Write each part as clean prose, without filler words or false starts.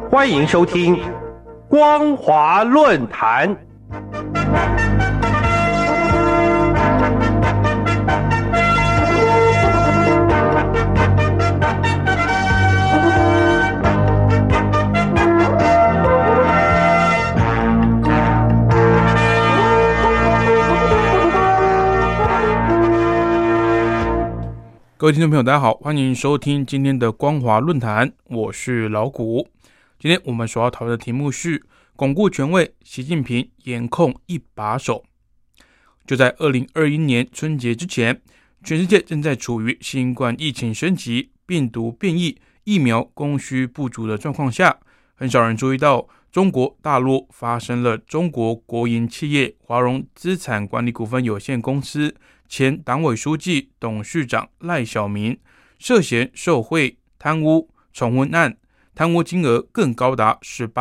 欢迎收听光华论坛。 各位听众朋友大家好，欢迎收听今天的光华论坛，我是老谷。今天我们所要讨论的题目是巩固权位，习近平严控一把手。就在2021年春节之前，全世界正在处于新冠疫情升级、病毒变异、疫苗供需不足的状况下，很少人注意到中国大陆发生了中国国营企业华融资产管理股份有限公司前党委书记、董事长赖小民涉嫌受贿、贪污、重婚案，贪污金额更高达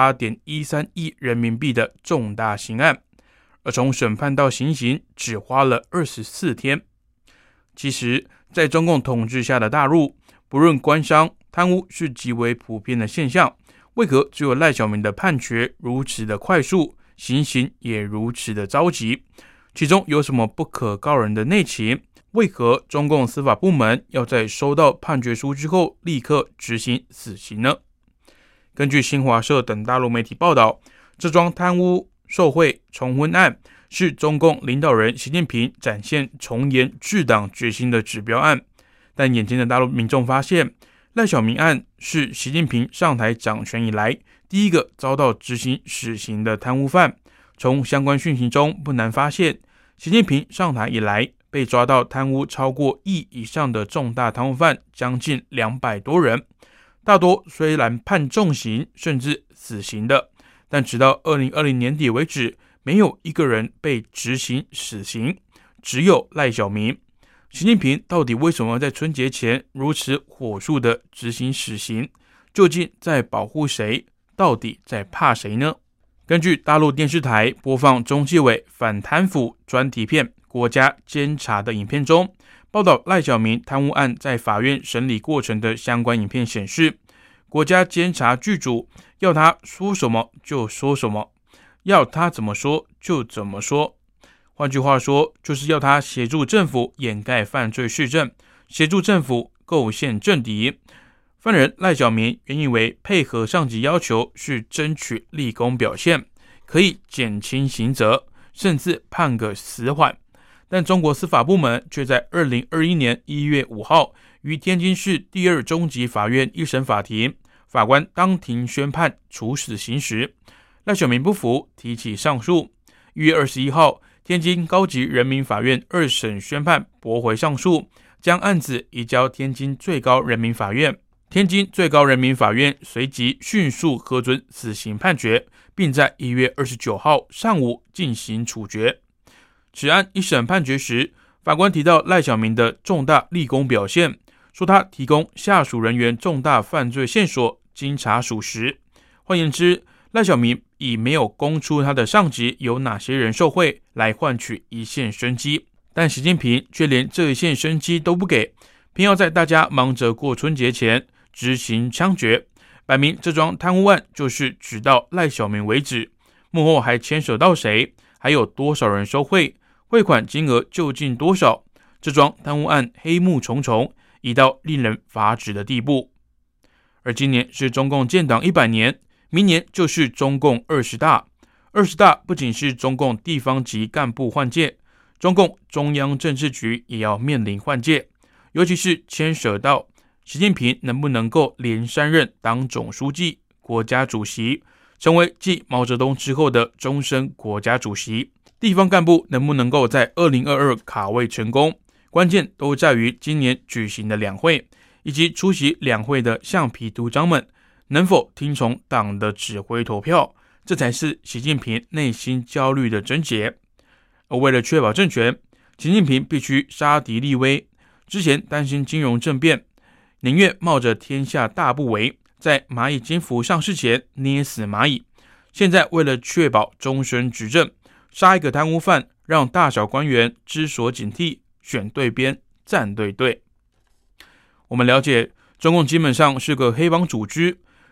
18.13 亿人民币的重大刑案，而从审判到行刑只花了24天。其实，在中共统治下的大陆，不论官商，贪污是极为普遍的现象，为何只有赖小民的判决如此的快速，行刑也如此的着急？其中有什么不可告人的内情？为何中共司法部门要在收到判决书之后立刻执行死刑呢？根据新华社等大陆媒体报道，这桩贪污、受贿、重婚案是中共领导人习近平展现从严治党决心的指标案。但眼尖的大陆民众发现，赖小民案是习近平上台掌权以来第一个遭到执行死刑的贪污犯。从相关讯息中不难发现，习近平上台以来被抓到贪污超过亿以上的重大贪污犯将近200多人，大多虽然判重刑甚至死刑的，但直到2020年底为止，没有一个人被执行死刑，只有赖小民。习近平到底为什么在春节前如此火速的执行死刑？究竟在保护谁？到底在怕谁呢？根据大陆电视台播放中纪委反贪腐专题片《国家监察》的影片中，报道赖小民贪污案在法院审理过程的相关影片显示，国家监察剧组要他说什么就说什么，要他怎么说就怎么说。换句话说，就是要他协助政府掩盖犯罪事证，协助政府构陷政敌。犯人赖小民原以为配合上级要求是争取立功表现，可以减轻刑责，甚至判个死缓。但中国司法部门却在2021年1月5号于天津市第2中级法院一审法庭，法官当庭宣判处死刑时，赖小民不服，提起上诉。1月21号，天津高级人民法院2审宣判驳回上诉，将案子移交天津最高人民法院。天津最高人民法院随即迅速核准死刑判决，并在1月29号上午进行处决。此案一审判决时，法官提到赖小民的重大立功表现，说他提供下属人员重大犯罪线索，经查属实。换言之，赖小民以没有供出他的上级有哪些人受贿来换取一线生机，但习近平却连这一线生机都不给，偏要在大家忙着过春节前执行枪决，摆明这桩贪污案就是只到赖小民为止，幕后还牵扯到谁，还有多少人受贿，汇款金额究竟多少？这桩贪污案黑幕重重，已到令人发指的地步。而今年是中共建党100年，明年就是中共20大。20大不仅是中共地方级干部换届，中共中央政治局也要面临换届，尤其是牵涉到习近平能不能够连3任当总书记、国家主席，成为继毛泽东之后的终身国家主席？地方干部能不能够在2022卡位成功？关键都在于今年举行的两会，以及出席两会的橡皮图章们能否听从党的指挥投票，这才是习近平内心焦虑的症结。而为了确保政权，习近平必须杀敌立威。之前担心金融政变，宁愿冒着天下大不韪，在蚂蚁金服上市前捏死蚂蚁。现在为了确保终身执政，杀一个贪污犯，让大小官员知所警惕，选对边，站对队。我们了解，中共基本上是个黑帮组织，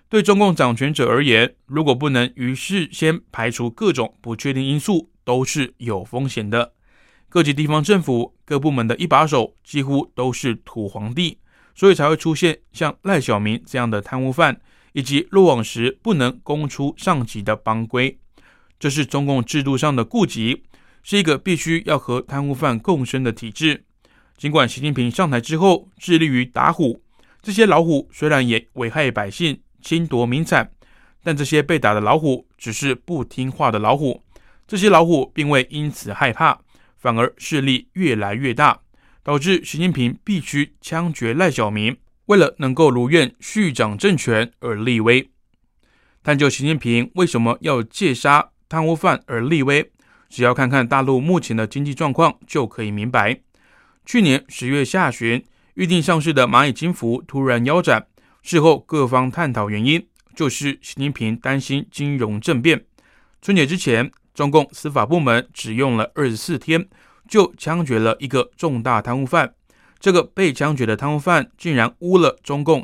对中共掌权者而言，如果不能于事先排除各种不确定因素，都是有风险的。各级地方政府各部门的一把手几乎都是土皇帝，所以才会出现像赖小民这样的贪污犯，以及落网时不能供出上级的帮规。这是中共制度上的痼疾，是一个必须要和贪污犯共生的体制。尽管习近平上台之后致力于打虎，这些老虎虽然也危害百姓、侵夺民产，但这些被打的老虎只是不听话的老虎，这些老虎并未因此害怕，反而势力越来越大，导致习近平必须枪决赖小民，为了能够如愿续掌政权而立威。探究习近平为什么要戒杀贪污犯而立威，只要看看大陆目前的经济状况就可以明白。去年10月下旬，预定上市的蚂蚁金服突然腰斩，事后各方探讨原因，就是习近平担心金融政变。春节之前，中共司法部门只用了24天，就枪决了一个重大贪污犯。这个被枪决的贪污犯竟然污了中共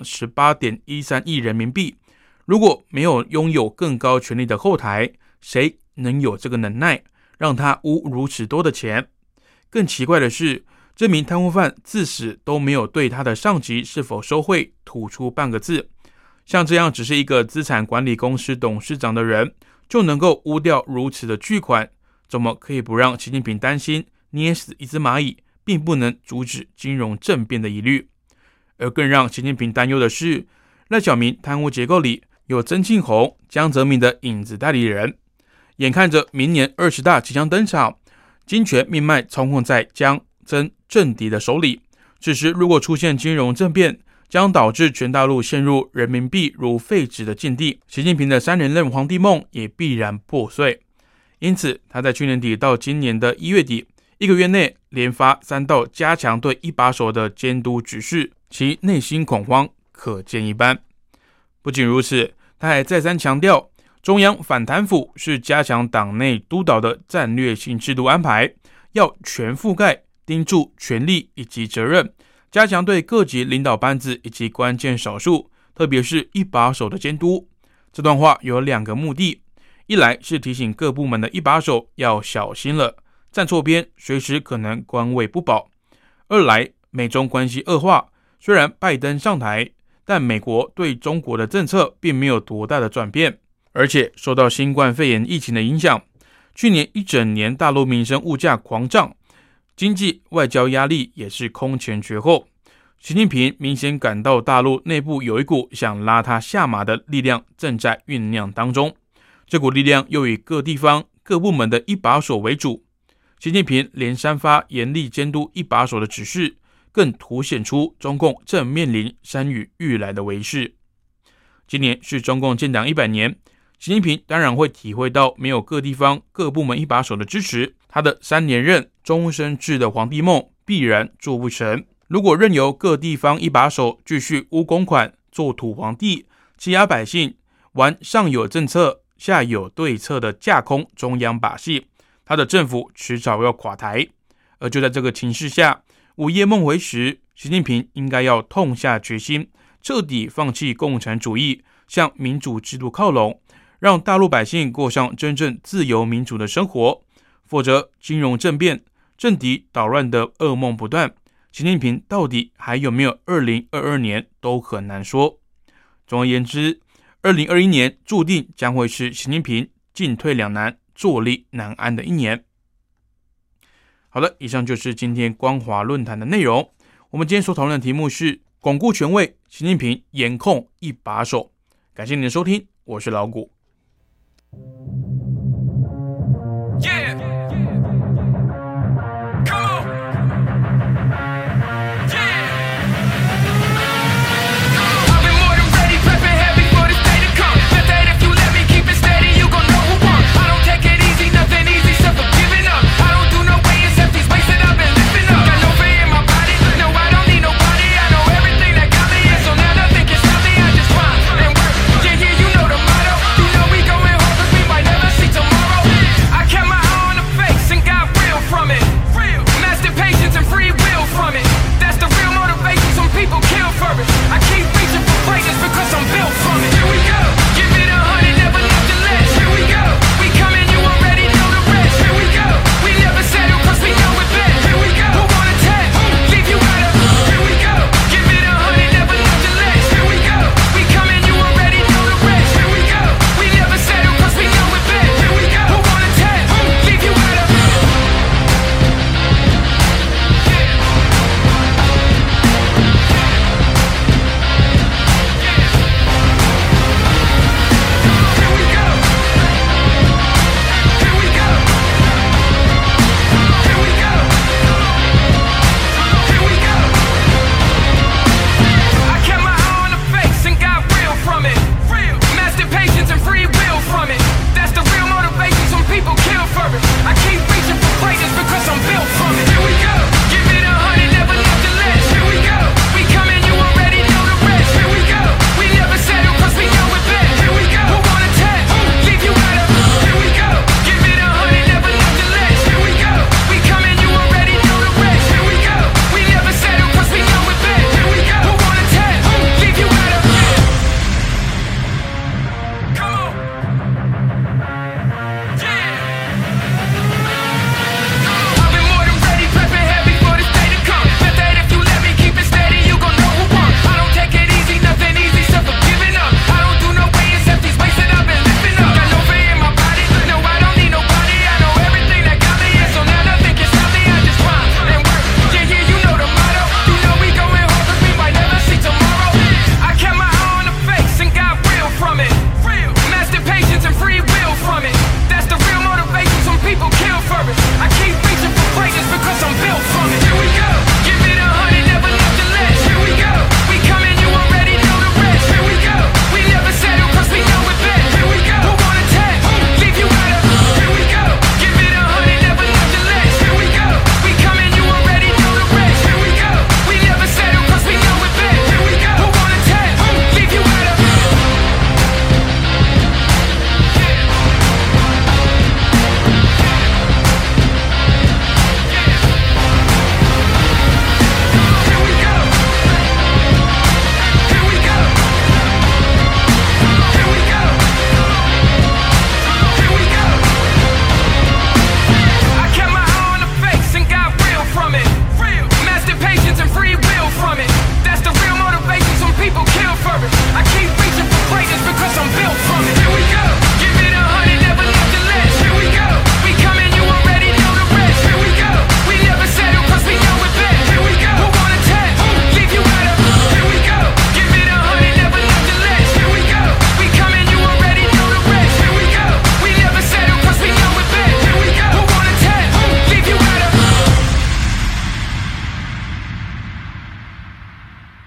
18.13 亿人民币。如果没有拥有更高权力的后台，谁能有这个能耐，让他污如此多的钱？更奇怪的是，这名贪污犯自始都没有对他的上级是否收贿吐出半个字。像这样只是一个资产管理公司董事长的人，就能够污掉如此的巨款，怎么可以不让习近平担心捏死一只蚂蚁并不能阻止金融政变的疑虑？而更让习近平担忧的是，赖小民贪污结构里有曾庆红、江泽民的影子代理人。眼看着明年20大即将登场，金权命脉操控在江、曾、郑敌的手里。此时如果出现金融政变，将导致全大陆陷入人民币如废纸的境地，习近平的3连任皇帝梦也必然破碎。因此，他在去年底到今年的1月底，1个月内连发3道加强对一把手的监督指示，其内心恐慌可见一斑。不仅如此，他还再三强调，中央反贪腐是加强党内督导的战略性制度安排，要全覆盖，盯住权力以及责任，加强对各级领导班子以及关键少数，特别是一把手的监督。这段话有2个目的，一来是提醒各部门的一把手要小心了，站错边随时可能官位不保；二来，美中关系恶化，虽然拜登上台，但美国对中国的政策并没有多大的转变，而且受到新冠肺炎疫情的影响，去年一整年大陆民生物价狂涨，经济外交压力也是空前绝后。习近平明显感到大陆内部有一股想拉他下马的力量正在酝酿当中，这股力量又以各地方各部门的一把手为主。习近平连3发严厉监督一把手的指示，更凸显出中共正面临山雨欲来的危势。今年是中共建党100年，习近平当然会体会到没有各地方各部门一把手的支持，他的3连任终身制的皇帝梦必然做不成。如果任由各地方一把手继续污公款、做土皇帝、欺压百姓，玩上有政策下有对策的架空中央把戏，他的政府迟早要垮台。而就在这个情势下，午夜梦回时，习近平应该要痛下决心，彻底放弃共产主义，向民主制度靠拢，让大陆百姓过上真正自由民主的生活。否则，金融政变、政敌捣乱的噩梦不断，习近平到底还有没有2022年都很难说。总而言之，2021年注定将会是习近平进退两难、坐立难安的一年。好的，以上就是今天光华论坛的内容。我们今天所讨论的题目是巩固权位，习近平严控一把手。感谢您的收听，我是老谷。Yeah!